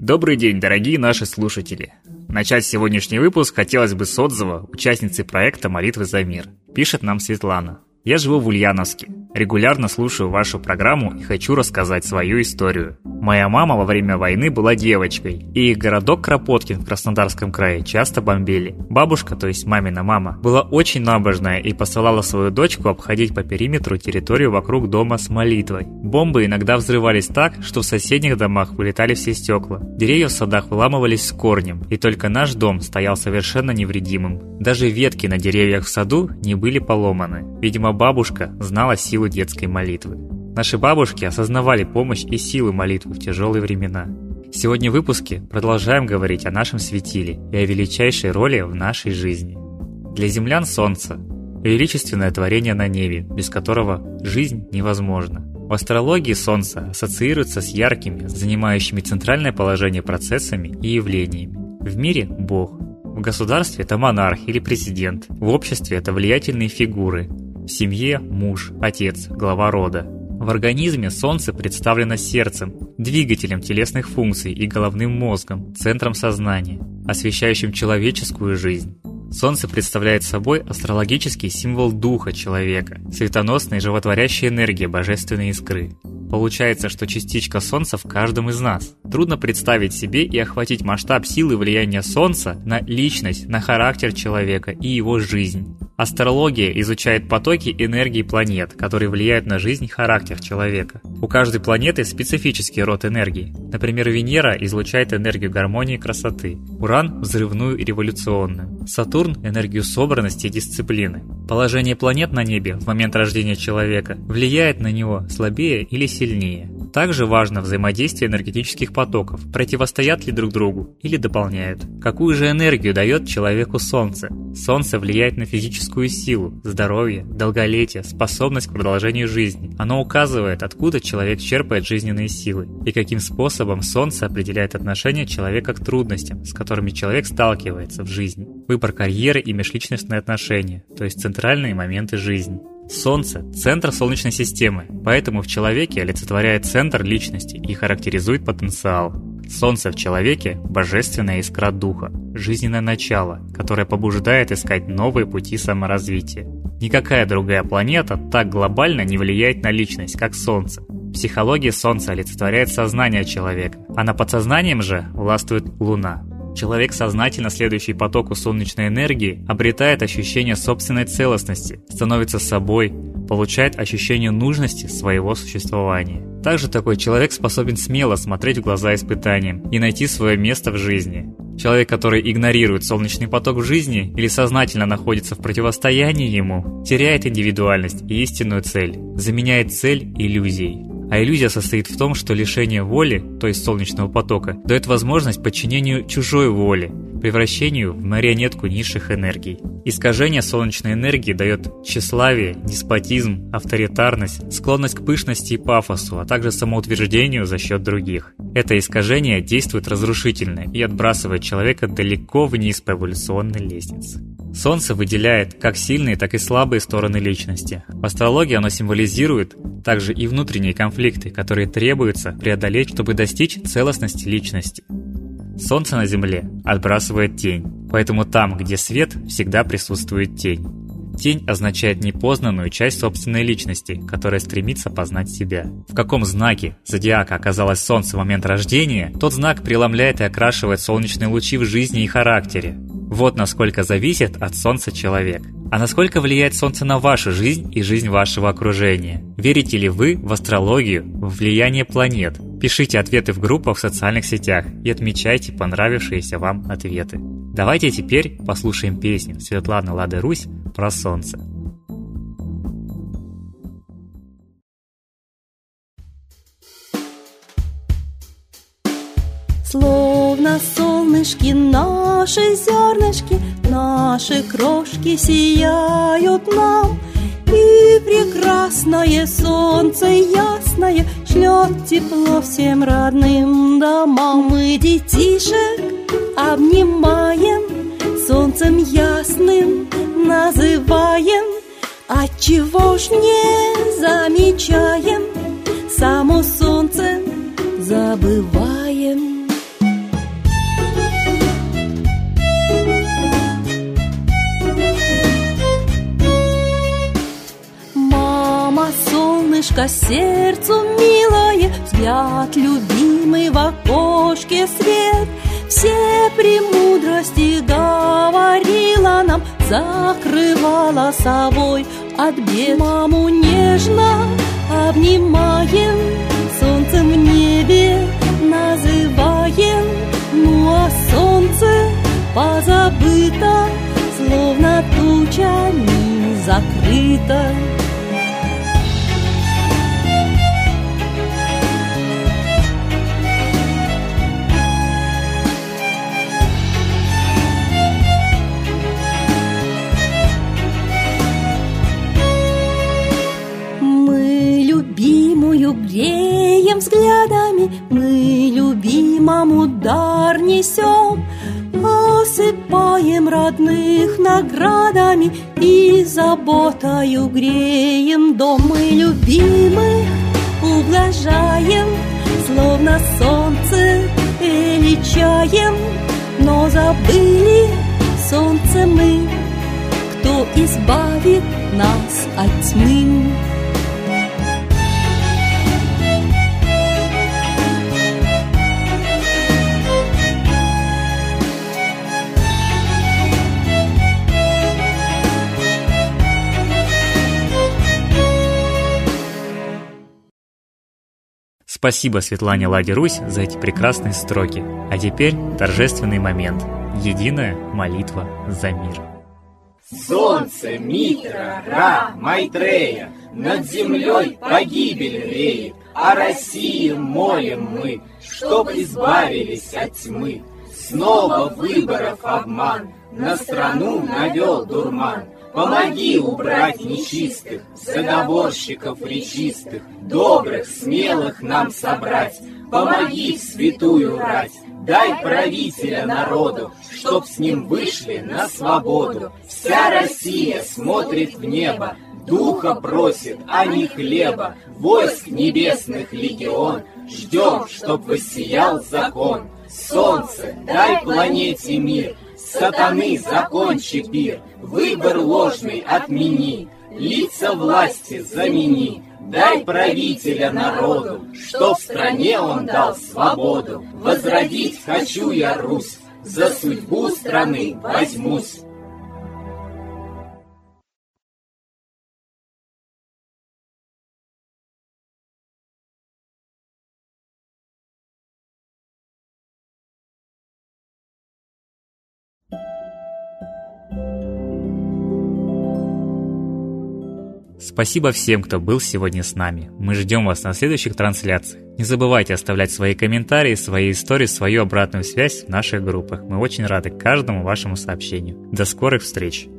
Добрый день, дорогие наши слушатели! Начать сегодняшний выпуск хотелось бы с отзыва участницы проекта «Молитвы за мир». Пишет нам Светлана. Я живу в Ульяновске. Регулярно слушаю вашу программу и хочу рассказать свою историю. Моя мама во время войны была девочкой, и их городок Кропоткин в Краснодарском крае часто бомбили. Бабушка, то есть мамина мама, была очень набожная и посылала свою дочку обходить по периметру территорию вокруг дома с молитвой. Бомбы иногда взрывались так, что в соседних домах вылетали все стекла. Деревья в садах выламывались с корнем, и только наш дом стоял совершенно невредимым. Даже ветки на деревьях в саду не были поломаны. Видимо, бабушка знала силу детской молитвы. Наши бабушки осознавали помощь и силу молитвы в тяжелые времена. Сегодня в выпуске продолжаем говорить о нашем светиле и о величайшей роли в нашей жизни. Для землян Солнце – величественное творение на небе, без которого жизнь невозможна. В астрологии Солнце ассоциируется с яркими, занимающими центральное положение процессами и явлениями. В мире – Бог. В государстве – это монарх или президент. В обществе – это влиятельные фигуры. В семье – муж, отец, глава рода. В организме Солнце представлено сердцем, двигателем телесных функций и головным мозгом, центром сознания, освещающим человеческую жизнь. Солнце представляет собой астрологический символ духа человека, светоносная и животворящая энергия божественной искры. Получается, что частичка Солнца в каждом из нас. Трудно представить себе и охватить масштаб силы влияния Солнца на личность, на характер человека и его жизнь. Астрология изучает потоки энергии планет, которые влияют на жизнь и характер человека. У каждой планеты специфический род энергии. Например, Венера излучает энергию гармонии и красоты, Уран – взрывную и революционную, Сатурн – энергию собранности и дисциплины. Положение планет на небе в момент рождения человека влияет на него слабее или сильнее. Также важно взаимодействие энергетических потоков, противостоят ли друг другу или дополняют. Какую же энергию дает человеку Солнце? Солнце влияет на физическую силу, здоровье, долголетие, способность к продолжению жизни. Оно указывает, откуда человек черпает жизненные силы и каким способом Солнце определяет отношение человека к трудностям, с которыми человек сталкивается в жизни. Выбор карьеры и межличностные отношения, то есть центральные моменты жизни. Солнце – центр Солнечной системы, поэтому в человеке олицетворяет центр личности и характеризует потенциал. Солнце в человеке – божественная искра духа, жизненное начало, которое побуждает искать новые пути саморазвития. Никакая другая планета так глобально не влияет на личность, как Солнце. В психологии Солнце олицетворяет сознание человека, а над подсознанием же властвует Луна. Человек, сознательно следующий потоку солнечной энергии, обретает ощущение собственной целостности, становится собой, получает ощущение нужности своего существования. Также такой человек способен смело смотреть в глаза испытаниям и найти свое место в жизни. Человек, который игнорирует солнечный поток в жизни или сознательно находится в противостоянии ему, теряет индивидуальность и истинную цель, заменяет цель иллюзией. А иллюзия состоит в том, что лишение воли, то есть солнечного потока, дает возможность подчинению чужой воле, превращению в марионетку низших энергий. Искажение солнечной энергии дает тщеславие, деспотизм, авторитарность, склонность к пышности и пафосу, а также самоутверждению за счет других. Это искажение действует разрушительно и отбрасывает человека далеко вниз по эволюционной лестнице. Солнце выделяет как сильные, так и слабые стороны личности. В астрологии оно символизирует также и внутренние конфликты, которые требуется преодолеть, чтобы достичь целостности личности. Солнце на Земле отбрасывает тень, поэтому там, где свет, всегда присутствует тень. Тень означает непознанную часть собственной личности, которая стремится познать себя. В каком знаке зодиака оказалось Солнце в момент рождения, тот знак преломляет и окрашивает солнечные лучи в жизни и характере. Вот насколько зависит от Солнца человек. А насколько влияет Солнце на вашу жизнь и жизнь вашего окружения? Верите ли вы в астрологию, в влияние планет? Пишите ответы в группах в социальных сетях и отмечайте понравившиеся вам ответы. Давайте теперь послушаем песню Светланы Лады Русь про Солнце. Словно солнышки наши зернышки, наши крошки сияют нам, и прекрасное солнце ясное шлет тепло всем родным домам. Мы детишек обнимаем, солнцем ясным называем, отчего ж не замечаем, само солнце забываем. Мама, солнышко, сердцу милое, взгляд любимый в окошке свет. Все премудрости говорила нам, закрывала собой от бед. Маму нежно обнимаем, солнцем в небе называем. Ну а солнце позабыто, словно тучами закрыто. Греем взглядами, мы любимому дар несем, осыпаем родных наградами и заботою греем дом. Мы любимых ублажаем, словно солнце величаем, но забыли солнце мы, кто избавит нас от тьмы. Спасибо Светлане Ладе Русь за эти прекрасные строки. А теперь торжественный момент. Единая молитва за мир. Солнце, Митра, Ра, Майтрея, над землей погибель реет, о России молим мы, чтоб избавились от тьмы. Снова выборов обман, на страну навел дурман. Помоги убрать нечистых, заговорщиков речистых, добрых, смелых нам собрать. Помоги в святую рать, дай правителя народу, чтоб с ним вышли на свободу. Вся Россия смотрит в небо, духа просит, а не хлеба. Войск небесных легион, ждем, чтоб воссиял закон. Солнце, дай планете мир, сатаны закончи пир, выбор ложный отмени, лица власти замени. Дай правителя народу, что в стране он дал свободу. Возродить хочу я Русь, за судьбу страны возьмусь. Спасибо всем, кто был сегодня с нами. Мы ждем вас на следующих трансляциях. Не забывайте оставлять свои комментарии, свои истории, свою обратную связь в наших группах. Мы очень рады каждому вашему сообщению. До скорых встреч!